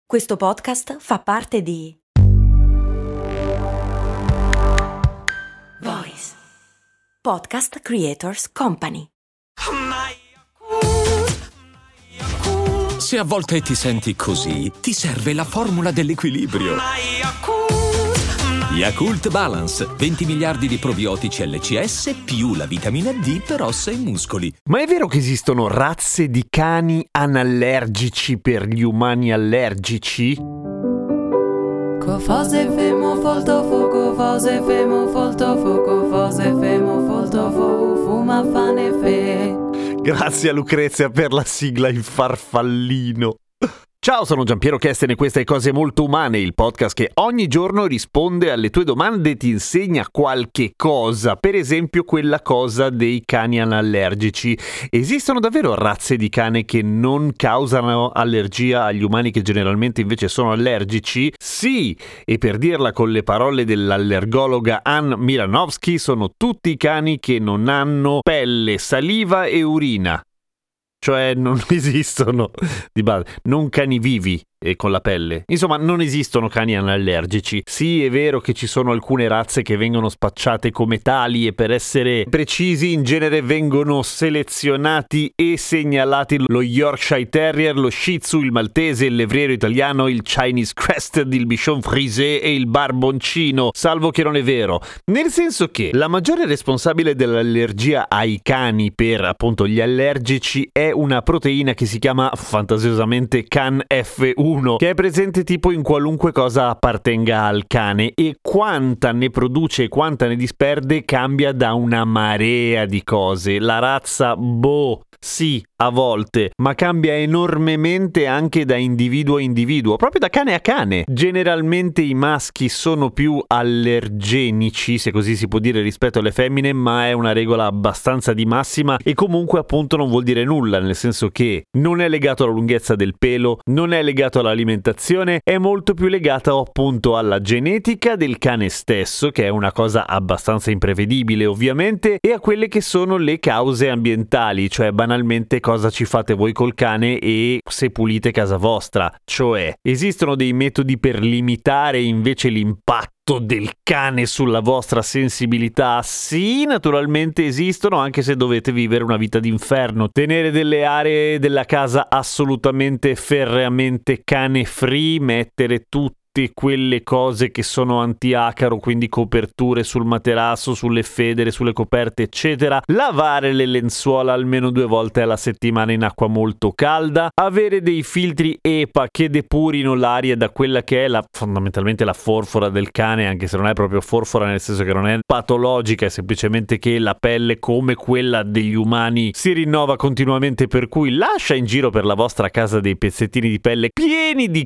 Questo podcast fa parte di Voice Podcast Creators Company. Se a volte ti senti così, ti serve la formula dell'equilibrio. Yakult Balance, 20 miliardi di probiotici LCS più la vitamina D per ossa e muscoli. Ma è vero che esistono razze di cani anallergici per gli umani allergici? Fase femo folto fuoco, fase femo folto fuoco, fase femo folto fuoco, fuma fane fe. Grazie a Lucrezia per la sigla in farfallino. Ciao, sono Giampiero Kesten e questa è Cose Molto Umane, il podcast che ogni giorno risponde alle tue domande e ti insegna qualche cosa, per esempio quella cosa dei cani anallergici. Esistono davvero razze di cane che non causano allergia agli umani che generalmente invece sono allergici? Sì, e per dirla con le parole dell'allergologa Ann Milanovsky, sono tutti cani che non hanno pelle, saliva e urina. Cioè non esistono di base, non cani vivi e con la pelle. Insomma, non esistono cani anallergici. Sì, è vero che ci sono alcune razze che vengono spacciate come tali e per essere precisi in genere vengono selezionati e segnalati lo Yorkshire Terrier, lo Shih Tzu, il Maltese, il Levriero italiano, il Chinese Crested, il Bichon Frisé e il Barboncino, salvo che non è vero. Nel senso che la maggiore responsabile dell'allergia ai cani per appunto gli allergici è una proteina che si chiama fantasiosamente CanF1, che è presente tipo in qualunque cosa appartenga al cane, e quanta ne produce e quanta ne disperde cambia da una marea di cose. La razza, sì, a volte, ma cambia enormemente anche da individuo a individuo, proprio da cane a cane. Generalmente i maschi sono più allergenici, se così si può dire, rispetto alle femmine, ma è una regola abbastanza di massima e comunque appunto non vuol dire nulla, nel senso che non è legato alla lunghezza del pelo, non è legato all'alimentazione, è molto più legato appunto alla genetica del cane stesso, che è una cosa abbastanza imprevedibile ovviamente, e a quelle che sono le cause ambientali, cioè banalmente cosa ci fate voi col cane e se pulite casa vostra. Cioè, esistono dei metodi per limitare invece l'impatto del cane sulla vostra sensibilità? Sì, naturalmente esistono, anche se dovete vivere una vita d'inferno. Tenere delle aree della casa assolutamente ferreamente cane free, mettere tutte quelle cose che sono anti-acaro, quindi coperture sul materasso, sulle federe, sulle coperte eccetera, lavare le lenzuola almeno 2 volte alla settimana in acqua molto calda, avere dei filtri EPA che depurino l'aria da quella che è fondamentalmente la forfora del cane, anche se non è proprio forfora nel senso che non è patologica, è semplicemente che la pelle, come quella degli umani, si rinnova continuamente, per cui lascia in giro per la vostra casa dei pezzettini di pelle pieni di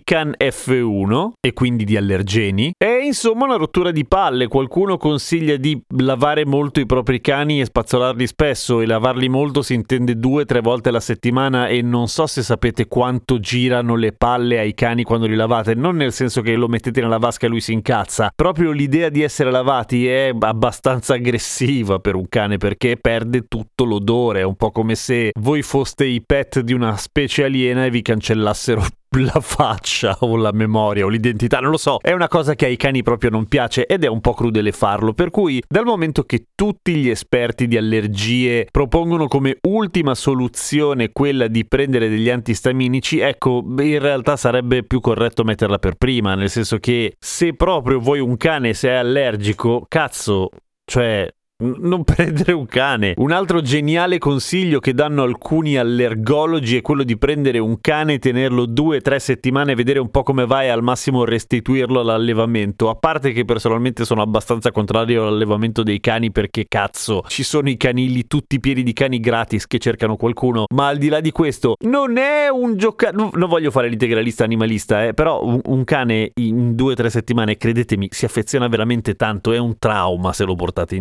CanF1 e quindi di allergeni. È insomma una rottura di palle. Qualcuno consiglia di lavare molto i propri cani e spazzolarli spesso, e lavarli molto si intende 2-3 volte alla settimana, e non so se sapete quanto girano le palle ai cani quando li lavate, non nel senso che lo mettete nella vasca e lui si incazza, proprio l'idea di essere lavati è abbastanza aggressiva per un cane perché perde tutto l'odore, è un po' come se voi foste i pet di una specie aliena e vi cancellassero la faccia o la memoria o l'identità, non lo so, è una cosa che ai cani proprio non piace ed è un po' crudele farlo, per cui dal momento che tutti gli esperti di allergie propongono come ultima soluzione quella di prendere degli antistaminici, ecco, in realtà sarebbe più corretto metterla per prima, nel senso che se proprio vuoi un cane, se è allergico, cazzo, cioè non prendere un cane. Un altro geniale consiglio che danno alcuni allergologi è quello di prendere un cane, tenerlo 2-3 settimane e vedere un po' come va, e al massimo restituirlo all'allevamento. A parte che personalmente sono abbastanza contrario all'allevamento dei cani, perché cazzo, ci sono i canili tutti pieni di cani gratis che cercano qualcuno, ma al di là di questo non è un non voglio fare l'integralista animalista, però un cane in 2-3 settimane, credetemi, si affeziona veramente tanto, è un trauma se lo portate indietro.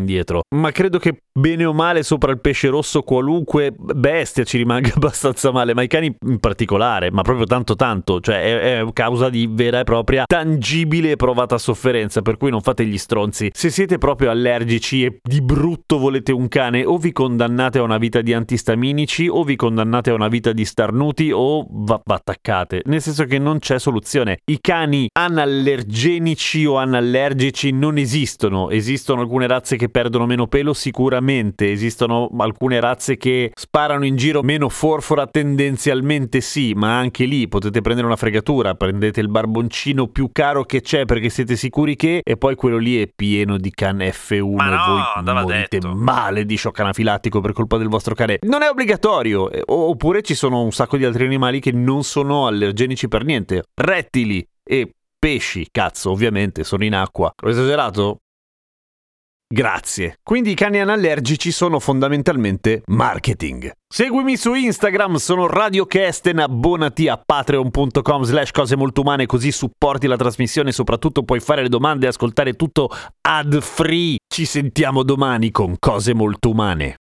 ma credo che bene o male sopra il pesce rosso qualunque bestia ci rimanga abbastanza male, ma i cani in particolare, ma proprio tanto, cioè è causa di vera e propria tangibile e provata sofferenza, per cui non fate gli stronzi. Se siete proprio allergici e di brutto volete un cane, o vi condannate a una vita di antistaminici o vi condannate a una vita di starnuti o attaccate, nel senso che non c'è soluzione. I cani anallergenici o anallergici non esistono alcune razze che perdono meno pelo, sicuramente esistono alcune razze che sparano in giro meno forfora, tendenzialmente sì, ma anche lì potete prendere una fregatura, prendete il barboncino più caro che c'è perché siete sicuri che, e poi quello lì è pieno di can F1 ma no, e voi morite male di shock anafilattico per colpa del vostro cane. Non è obbligatorio, oppure ci sono un sacco di altri animali che non sono allergenici per niente, rettili e pesci, cazzo, ovviamente sono in acqua. Ho esagerato? Grazie. Quindi i cani anallergici sono fondamentalmente marketing. Seguimi su Instagram, sono Radio Kesten, abbonati a patreon.com/cosemoltoumane così supporti la trasmissione e soprattutto puoi fare le domande e ascoltare tutto ad free. Ci sentiamo domani con Cose Molto Umane.